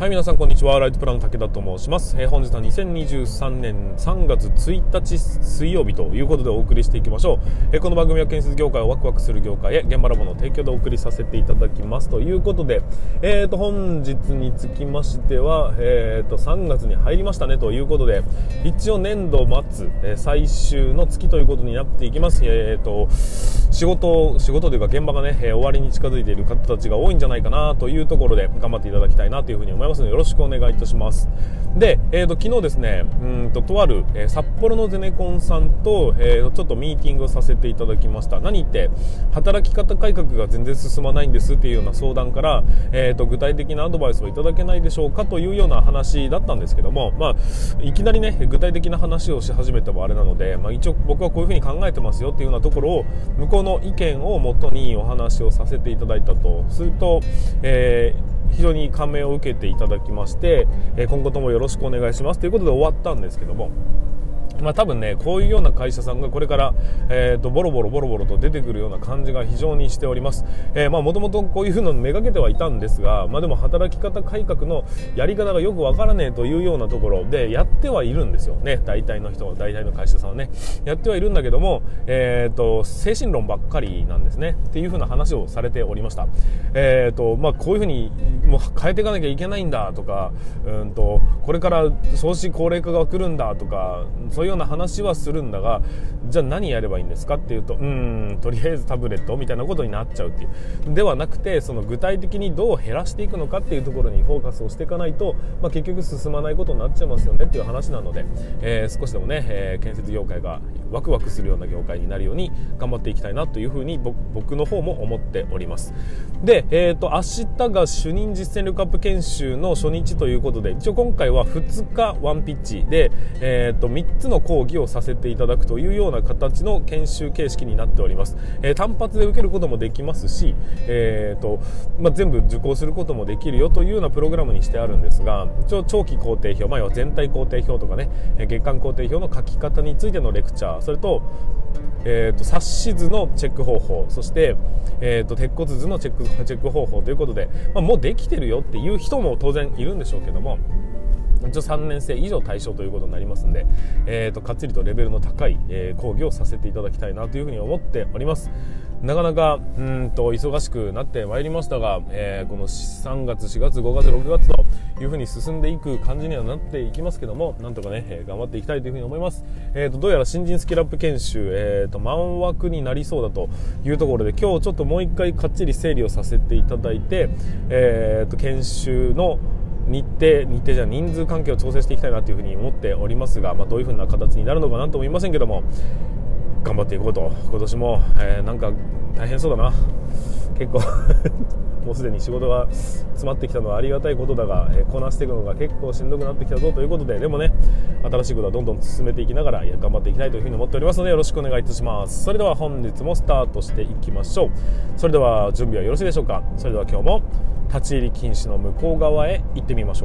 はい、皆さんこんにちは。ライトプランの武田と申します。本日は2023年3月1日水曜日ということでお送りしていきましょう。この番組は建設業界をワクワクする業界へ現場ラボの提供でお送りさせていただきますということで、本日につきましては、3月に入りましたねということで、一応年度末、最終の月ということになっていきます。仕事というか現場がね、終わりに近づいている方たちが多いんじゃないかなというところで頑張っていただきたいなというふうに思いますので、よろしくお願いいたします。で、昨日ですね、とある、札幌のゼネコンさんと、ちょっとミーティングをさせていただきました。何言って働き方改革が全然進まないんですっていうような相談から、具体的なアドバイスをいただけないでしょうかというような話だったんですけども、いきなりね具体的な話をし始めてもあれなので、一応僕はこういうふうに考えてますよっていうようなところを向こうの意見をもとにお話をさせていただいたとすると、非常に感銘を受けていただきまして、今後ともよろしくお願いしますということで終わったんですけども、多分ねこういうような会社さんがこれから、ボロボロと出てくるような感じが非常にしております。もともとこういう風のめがけてはいたんですが、でも働き方改革のやり方がよくわからねえというようなところでやってはいるんですよね。大体の会社さんはねやってはいるんだけども、精神論ばっかりなんですねっていう風な話をされておりました。こういう風にもう変えていかなきゃいけないんだとか、これから少子高齢化が来るんだとか、そういうような話はするんだが、じゃあ何やればいいんですかっていうと、とりあえずタブレットみたいなことになっちゃうっていうではなくて、その具体的にどう減らしていくのかっていうところにフォーカスをしていかないと、結局進まないことになっちゃいますよねっていう話なので、少しでもね、建設業界がワクワクするような業界になるように頑張っていきたいなというふうに僕の方も思っております。で、明日が主任実践力アップ研修の初日ということで、一応今回は2日ワンピッチで、3つの講義をさせていただくというような形の研修形式になっております。単発で受けることもできますし、全部受講することもできるよというようなプログラムにしてあるんですが、一応長期工程表、要は全体工程表とかね、月間工程表の書き方についてのレクチャー、それと冊子図のチェック方法、そして、鉄骨図のチェック方法ということで、もうできてるよっていう人も当然いるんでしょうけども、一応3年生以上対象ということになりますので、かっちりとレベルの高い、講義をさせていただきたいなというふうに思っております。なかなか忙しくなってまいりましたが、この3月4月5月6月というふうに進んでいく感じにはなっていきますけども、なんとかね、頑張っていきたいというふうに思います。どうやら新人スキルアップ研修、満枠になりそうだというところで、今日ちょっともう一回かっちり整理をさせていただいて、研修の人数関係を調整していきたいなというふうに思っておりますが、どういうふうな形になるのかなとも言いませんけども、頑張っていこうと。今年も、なんか大変そうだな結構もうすでに仕事が詰まってきたのはありがたいことだが、こなしていくのが結構しんどくなってきたぞということで、でもね新しいことはどんどん進めていきながら頑張っていきたいというふうに思っておりますので、よろしくお願いいたします。それでは本日もスタートしていきましょう。それでは準備はよろしいでしょうか。それでは今日も立ち入り禁止の向こう側へ行ってみましょう。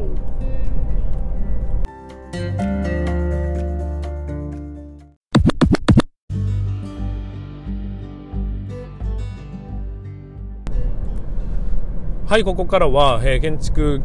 はい、ここからは、建築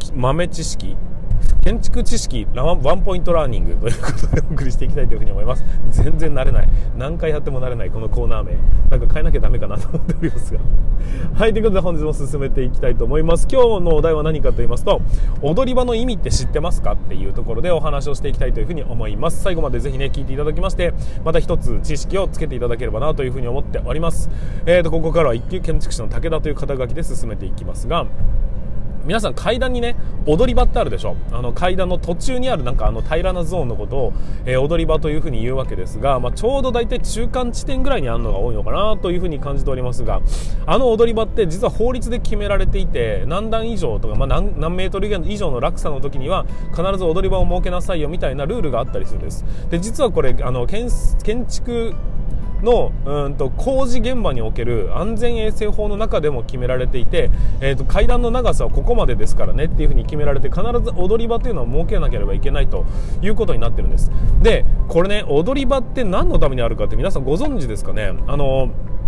知識ワンポイントラーニングということでお送りしていきたいというふうに思います。全然慣れない、何回やっても慣れないこのコーナー名、なんか変えなきゃダメかなと思っておりますがはい、ということで本日も進めていきたいと思います。今日のお題は何かと言いますと、踊り場の意味って知ってますかっていうところでお話をしていきたいというふうに思います。最後までぜひね聞いていただきまして、また一つ知識をつけていただければなというふうに思っております。ここからは一級建築士の武田という肩書きで進めていきますが、皆さん階段にね踊り場ってあるでしょ。階段の途中にあるなんか平らなゾーンのことを、踊り場というふうに言うわけですが、ちょうどだいたい中間地点ぐらいにあるのが多いのかなというふうに感じておりますが、踊り場って実は法律で決められていて、何段以上とか、何メートル以上の落差の時には必ず踊り場を設けなさいよみたいなルールがあったりするんです。で実はこれ建築の工事現場における安全衛生法の中でも決められていて、階段の長さはここまでですからねっていうふうに決められて、必ず踊り場というのを設けなければいけないということになってるんです。でこれね、踊り場って何のためにあるかって皆さんご存知ですかね。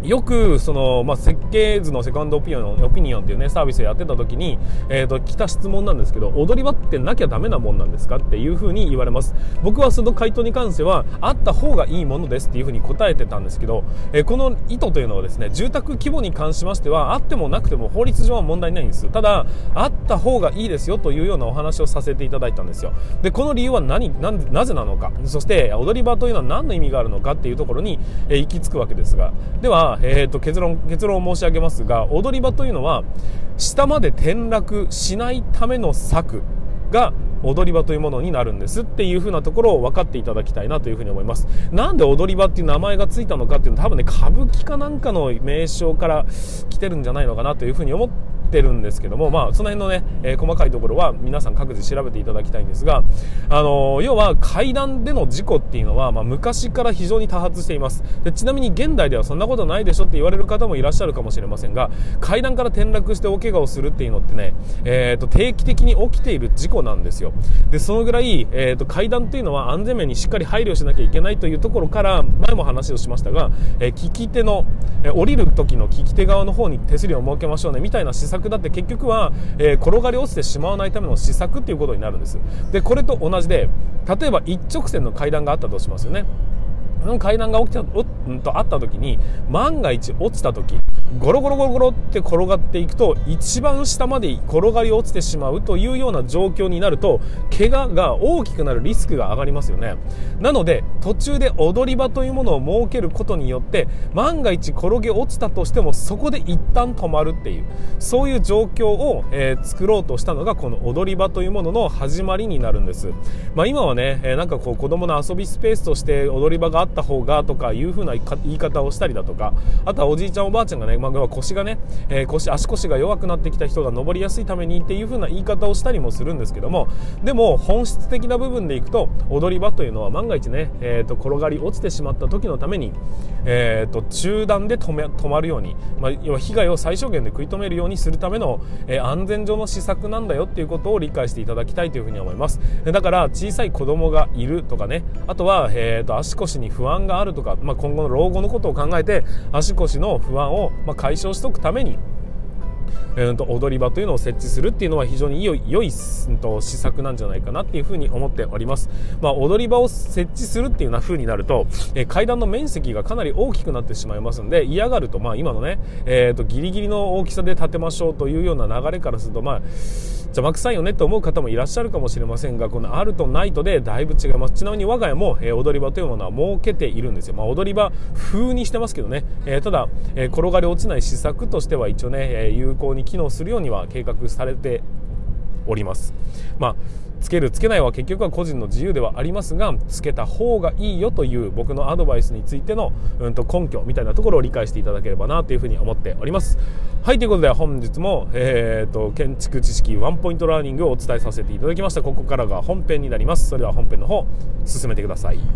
よくその、設計図のセカンドオピニオンっていうねサービスをやってた時に、来た質問なんですけど、踊り場ってなきゃダメなもんなんですかっていうふうに言われます。僕はその回答に関してはあった方がいいものですっていうふうに答えてたんですけど、この意図というのはですね、住宅規模に関しましてはあってもなくても法律上は問題ないんです。ただあった方がいいですよというようなお話をさせていただいたんですよ。でこの理由はなぜなのか、そして踊り場というのは何の意味があるのかっていうところに、行き着くわけですが、では結論を申し上げますが、踊り場というのは下まで転落しないための策が踊り場というものになるんですっていう風なところを分かっていただきたいなというふうに思います。なんで踊り場っていう名前がついたのかっていうのは多分ね、歌舞伎かなんかの名称から来てるんじゃないのかなというふうに思ってるんですけども、その辺のね、細かいところは皆さん各自調べていただきたいんですが、要は階段での事故っていうのは、昔から非常に多発しています。でちなみに現代ではそんなことないでしょって言われる方もいらっしゃるかもしれませんが、階段から転落して大怪我をするっていうのってね、定期的に起きている事故なんですよ。でそのぐらい、階段っていうのは安全面にしっかり配慮しなきゃいけないというところから前も話をしましたが、利き手の、降りる時の利き手側の方に手すりを設けましょうねみたいな施策だって結局は、転がり落ちてしまわないための施策っていうことになるんです。でこれと同じで、例えば一直線の階段があったとしますよね。階段があった時に万が一落ちた時ゴロゴロゴロゴロって転がっていくと一番下まで転がり落ちてしまうというような状況になると怪我が大きくなるリスクが上がりますよね。なので途中で踊り場というものを設けることによって万が一転げ落ちたとしてもそこで一旦止まるっていう、そういう状況を、作ろうとしたのがこの踊り場というものの始まりになるんです。今はね、なんかこう子供の遊びスペースとして踊り場があった方がとかいう風な言い方をしたりだとか、あとはおじいちゃんおばあちゃんがね、腰がね、足腰が弱くなってきた人が登りやすいためにっていう風な言い方をしたりもするんですけども、でも本質的な部分でいくと踊り場というのは万が一ね、転がり落ちてしまった時のために、中段で止まるように、要は被害を最小限で食い止めるようにするための、安全上の施策なんだよっていうことを理解していただきたいというふうに思います。だから小さい子供がいるとかね、あとは、足腰に不安があるとか、今後の老後のことを考えて足腰の不安を、解消しておくために踊り場というのを設置するっていうのは非常に良い施策なんじゃないかなっていうふうに思っております。踊り場を設置するっていう風になると、階段の面積がかなり大きくなってしまいますので、嫌がると、今のね、ギリギリの大きさで建てましょうというような流れからすると、邪魔くさいよねと思う方もいらっしゃるかもしれませんが、このあるとないとでだいぶ違います。ちなみに我が家も、踊り場というものは設けているんですよ。踊り場風にしてますけどね、ただ、転がり落ちない施策としては一応ね、有効に機能するようには計画されております。つけるつけないは結局は個人の自由ではありますが、つけた方がいいよという僕のアドバイスについての、根拠みたいなところを理解していただければなというふうに思っております。はい、ということで本日も、建築知識ワンポイントラーニングをお伝えさせていただきました。ここからが本編になります。それでは本編の方進めてください。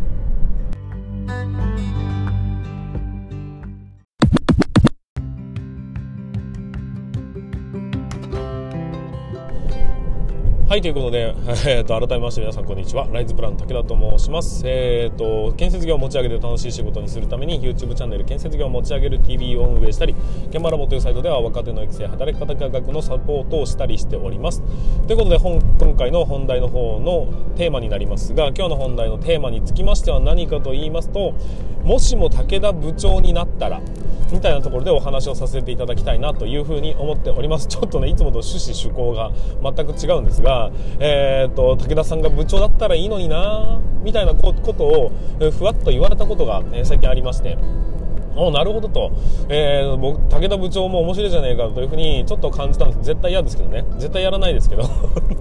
はい、ということで、改めまして皆さんこんにちは。ライズプラン武田と申します。建設業を持ち上げて楽しい仕事にするために YouTube チャンネル建設業を持ち上げる TV を運営したり、現場ラボというサイトでは若手の育成、働き方改革のサポートをしたりしております。ということで今回の本題の方のテーマになりますが、今日の本題のテーマにつきましては何かと言いますと、もしも武田部長になったらみたいなところでお話をさせていただきたいなというふうに思っております。ちょっとね、いつもと趣旨趣向が全く違うんですが、武田さんが部長だったらいいのになみたいなことをふわっと言われたことが、最近ありまして、なるほどと、僕武田部長も面白いじゃねえかというふうにちょっと感じたんです。絶対嫌ですけどね、絶対やらないですけど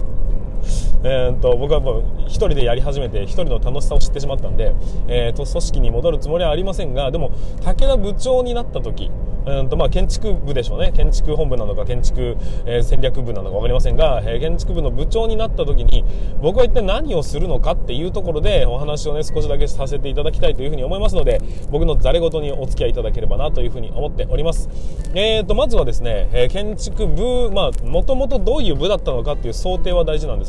僕はやっぱ一人でやり始めて一人の楽しさを知ってしまったんで、組織に戻るつもりはありませんが、でも武田部長になった時、建築部でしょうね。建築本部なのか建築、戦略部なのか分かりませんが、建築部の部長になった時に僕は一体何をするのかっていうところでお話をね少しだけさせていただきたいというふうに思いますので、僕のざれ言にお付き合いいただければなというふうに思っております。まずはですね、建築部もともとどういう部だったのかっていう想定は大事なんですけど、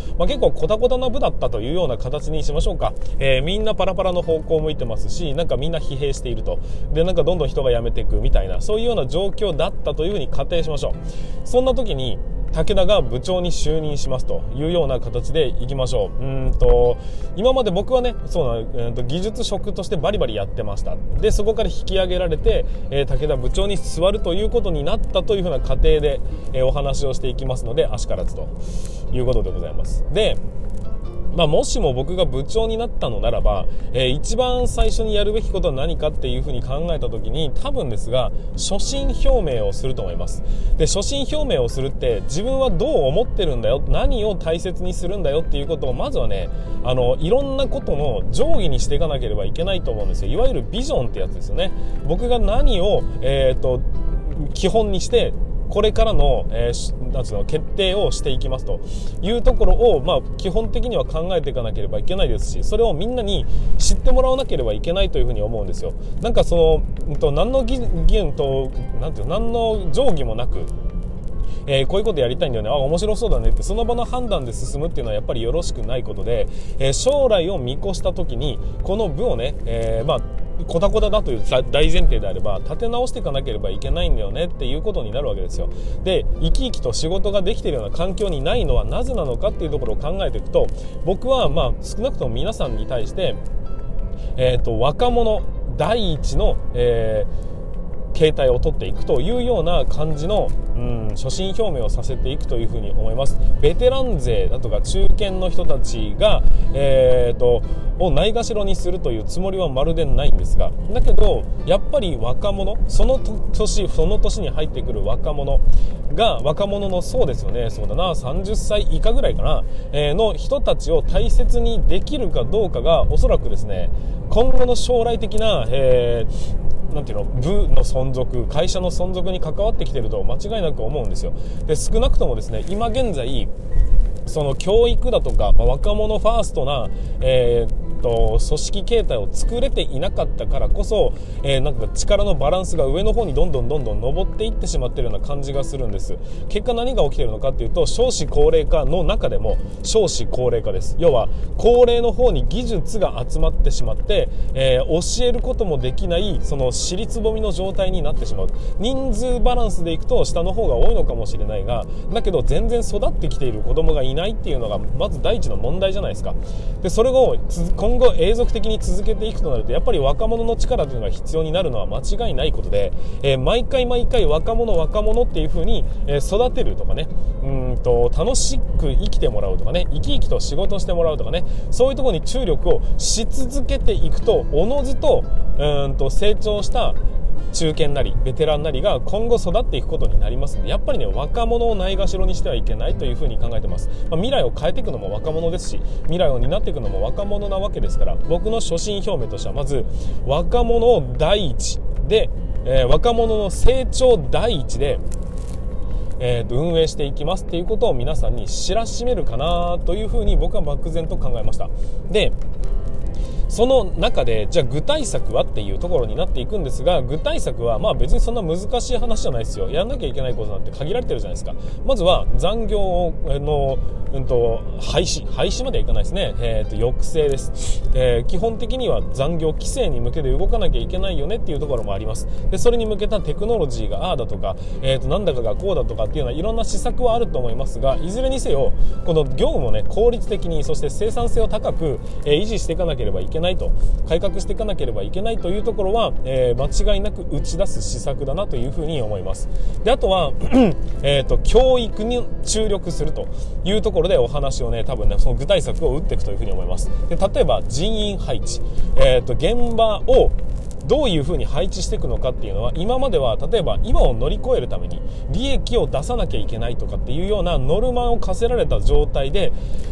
結構コタコタな部だったというような形にしましょうか。みんなパラパラの方向を向いてますし、なんかみんな疲弊していると。で、なんかどんどん人が辞めていくみたいな、そういうような状況だったというふうに仮定しましょう。そんな時に武田が部長に就任しますというような形でいきましょう。今まで僕はね、技術職としてバリバリやってました。で、そこから引き上げられて、武田部長に座るということになったというふうな過程で、お話をしていきますので、あしからずということでございます。で、もしも僕が部長になったのならば、一番最初にやるべきことは何かっていうふうに考えた時に、多分ですが所信表明をすると思います。で、所信表明をするって自分はどう思ってるんだよ、何を大切にするんだよっていうことをまずはね、いろんなことの定規にしていかなければいけないと思うんですよ。いわゆるビジョンってやつですよね。僕が何を、基本にしてこれからの、決定をしていきますというところを、基本的には考えていかなければいけないですし、それをみんなに知ってもらわなければいけないというふうに思うんですよ。なんか何の議論と何の定規もなく、こういうことやりたいんだよね、面白そうだねってその場の判断で進むっていうのはやっぱりよろしくないことで、将来を見越した時にこの部をね、コタコタだという大前提であれば立て直していかなければいけないんだよねっていうことになるわけですよ。で、生き生きと仕事ができているような環境にないのはなぜなのかっていうところを考えていくと、僕は少なくとも皆さんに対して、若者第一の、形態を取っていくというような感じの、所信表明をさせていくというふうに思います。ベテラン勢だとか中堅の人たちが、をないがしろにするというつもりはまるでないんですが、だけどやっぱり若者、その年に入ってくる若者のそうですよね、そうだな、30歳以下ぐらいかな、の人たちを大切にできるかどうかがおそらくですね、今後の将来的な、部の存続、会社の存続に関わってきていると間違いなく思うんですよ。で、少なくともですね、今現在その教育だとか、若者ファーストな、組織形態を作れていなかったからこそ、なんか力のバランスが上の方にどんどん上っていってしまっているような感じがするんです。結果何が起きているのかっていうと、少子高齢化の中でも少子高齢化です。要は高齢の方に技術が集まってしまって、教えることもできないその尻つぼみの状態になってしまう。人数バランスでいくと下の方が多いのかもしれないが、だけど全然育ってきている子供がいないっていうのがまず第一の問題じゃないですか。で、それを今後永続的に続けていくとなると、やっぱり若者の力というのが必要になるのは間違いないことで、毎回若者っていう風に育てるとかね、楽しく生きてもらうとかね、生き生きと仕事してもらうとかね、そういうところに注力をし続けていくと、おのずと成長した中堅なりベテランなりが今後育っていくことになりますので、やっぱりね、若者をないがしろにしてはいけないというふうに考えてます。未来を変えていくのも若者ですし、未来を担っていくのも若者なわけですから、僕の所信表明としてはまず若者を第一で、若者の成長第一で運営していきますっていうことを皆さんに知らしめるかなというふうに僕は漠然と考えました。で、その中でじゃあ具体策はっていうところになっていくんですが、具体策は別にそんな難しい話じゃないですよ。やらなきゃいけないことなんて限られてるじゃないですか。まずは残業の廃止まではいかないですね。抑制です。基本的には残業規制に向けて動かなきゃいけないよねっていうところもあります。で、それに向けたテクノロジーがああだとか、なんだかがこうだとかっていうのはいろんな施策はあると思いますが、いずれにせよこの業務をね、効率的に、そして生産性を高く、維持していかなければいけないと、改革していかなければいけないというところは、間違いなく打ち出す施策だなというふうに思います。で、あとは教育に注力するというところでお話をね、多分ね、その具体策を打っていくというふうに思います。で、例えば人員配置、現場をどういうふうに配置していくのかっていうのは、今までは例えば今を乗り越えるために利益を出さなきゃいけないとかっていうようなノルマを課せられた状態で、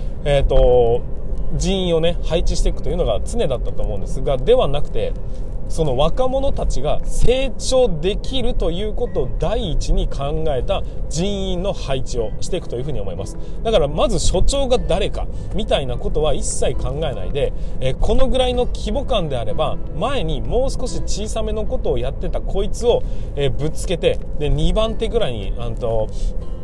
人員をね、配置していくというのが常だったと思うんですが、ではなくて、その若者たちが成長できるということを第一に考えた人員の配置をしていくというふうに思います。だからまず所長が誰かみたいなことは一切考えないで、このぐらいの規模感であれば前にもう少し小さめのことをやってたこいつをぶつけて、で2番手ぐらいに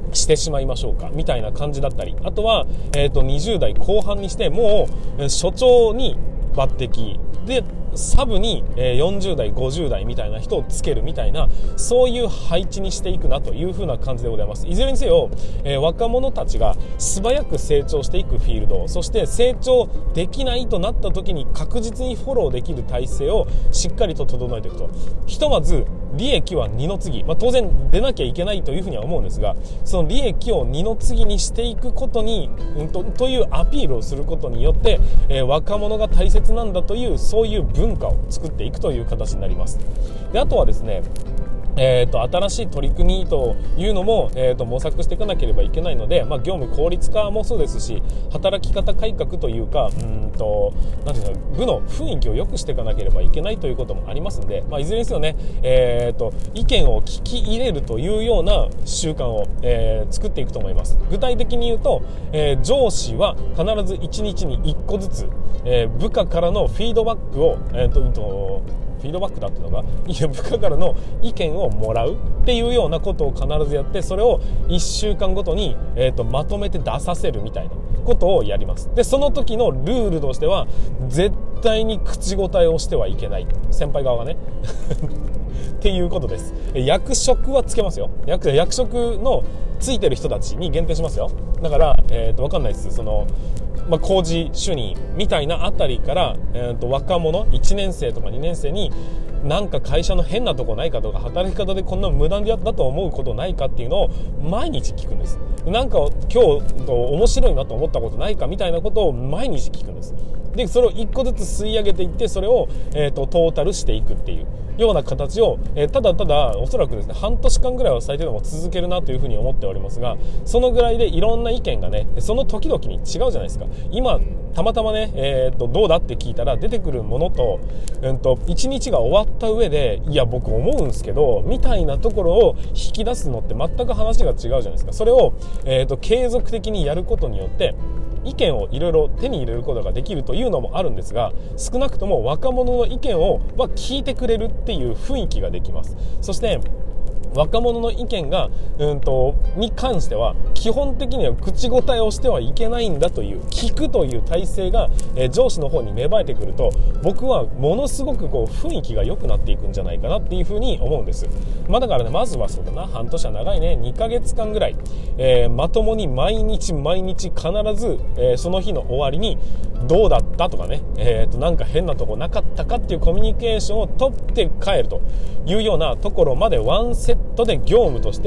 してしまいましょうかみたいな感じだったり、あとは、20代後半にしてもう所長に抜擢でサブに40代50代みたいな人をつけるみたいな、そういう配置にしていくなという風な感じでございます。いずれにせよ、若者たちが素早く成長していくフィールド、そして成長できないとなった時に確実にフォローできる体制をしっかりと整えていくと。ひとまず利益は二の次、当然出なきゃいけないというふうには思うんですが、その利益を二の次にしていくことに、というアピールをすることによって、若者が大切なんだというそういう文化を作っていくという形になります。で、あとはですね、新しい取り組みというのも、模索していかなければいけないので、業務効率化もそうですし、働き方改革というか、なんていうの、部の雰囲気を良くしていかなければいけないということもありますので、いずれにせよね、意見を聞き入れるというような習慣を、作っていくと思います。具体的に言うと、上司は必ず1日に1個ずつ、部下からのフィードバックを、フィードバックだっていうのが部下からの意見をもらうっていうようなことを必ずやって、それを1週間ごとに、まとめて出させるみたいなことをやります。で、その時のルールとしては絶対に口答えをしてはいけない、先輩側がねっていうことです。役職はつけますよ。役職のついてる人たちに限定しますよ。だから、わかんないです。工事主任みたいなあたりから、若者1年生とか2年生になんか会社の変なとこないかとか、働き方でこんな無駄だと思うことないかっていうのを毎日聞くんです。なんか今日面白いなと思ったことないかみたいなことを毎日聞くんです。で、それを1個ずつ吸い上げていって、それを、トータルしていくっていうような形を、ただただおそらくですね、半年間ぐらいは最低でも続けるなというふうに思っておりますが、そのぐらいでいろんな意見がね、その時々に違うじゃないですか。今たまたまね、どうだって聞いたら出てくるものと、1日が終わった上で、いや僕思うんすけどみたいなところを引き出すのって全く話が違うじゃないですか。それを、継続的にやることによって意見をいろいろ手に入れることができるというのもあるんですが、少なくとも若者の意見を聞いてくれるっていう雰囲気ができます。そして若者の意見がに関しては基本的には口答えをしてはいけないんだという聞くという体制が、上司の方に芽生えてくると、僕はものすごく雰囲気が良くなっていくんじゃないかなっていうふうに思うんです。だからね、まずはそうだな、半年は長いね、2ヶ月間ぐらい、まともに毎日必ず、その日の終わりにどうだったとかね、なんか変なとこなかったかっていうコミュニケーションを取って帰るというようなところまでワンセットで業務として、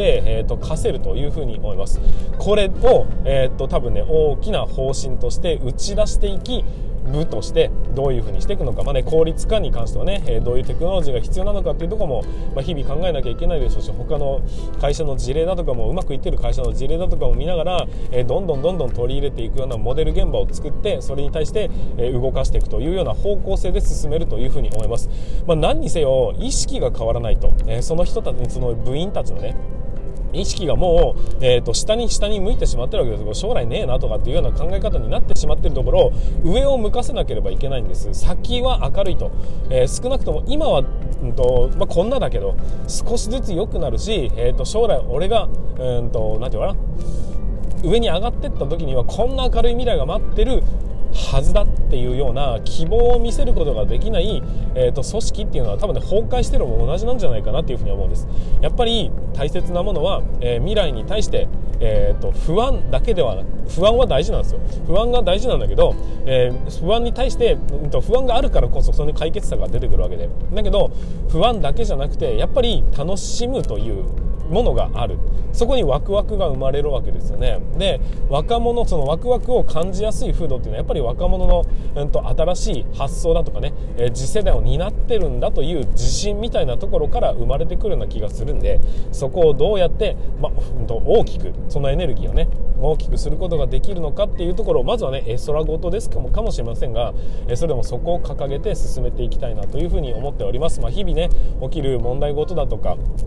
課せるというふうに思います。これを、多分ね、大きな方針として打ち出していき、部としてどういうふうにしていくのか、効率化に関してはね、どういうテクノロジーが必要なのかっていうところも、日々考えなきゃいけないでしょうし、他の会社の事例だとかも、うまくいってる会社の事例だとかも見ながら、どんどん取り入れていくようなモデル現場を作って、それに対して、動かしていくというような方向性で進めるというふうに思います。何にせよ意識が変わらないと、その人たちに、その部員たちのね、意識がもう、下に向いてしまってるわけです。将来ねえなとかっていうような考え方になってしまっているところを上を向かせなければいけないんです。先は明るいと、少なくとも今は、こんなだけど少しずつ良くなるし、将来俺がなんていうかな、上に上がっていった時にはこんな明るい未来が待ってるはずだっていうような希望を見せることができない、組織っていうのは多分ね、崩壊してるのも同じなんじゃないかなっていうふうに思うんです。やっぱり大切なものは、未来に対して、不安だけではなく、不安は大事なんですよ。不安が大事なんだけど、不安に対して、不安があるからこそその解決策が出てくるわけで、だけど不安だけじゃなくてやっぱり楽しむというものがある。そこにワクワクが生まれるわけですよね。で、若者、そのワクワクを感じやすい風土っていうのはやっぱり若者の、新しい発想だとかね、次世代を担ってるんだという自信みたいなところから生まれてくるような気がするんで、そこをどうやって、大きくそのエネルギーをね大きくすることができるのかっていうところを、まずはね空事ですかもしれませんが、それでもそこを掲げて進めていきたいなというふうに思っております。日々ね起きる問題事だとか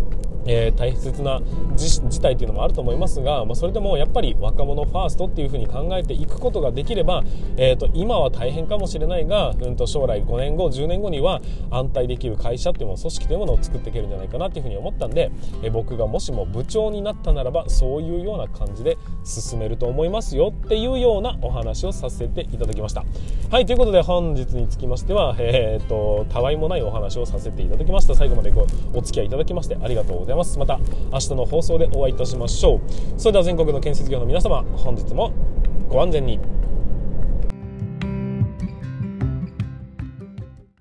大切な事態というのもあると思いますが、それでもやっぱり若者ファーストっていうふうに考えていくことができれば、今は大変かもしれないが、将来5年後10年後には安泰できる会社っていうもの、組織というものを作っていけるんじゃないかなというふうに思ったんで、僕がもしも部長になったならばそういうような感じで進めると思いますよっていうようなお話をさせていただきました。はい、ということで本日につきましては、たわいもないお話をさせていただきました。最後までお付き合いいただきましてありがとうございます。また明日の放送でお会いいたしましょう。それでは全国の建設業の皆様、本日もご安全に。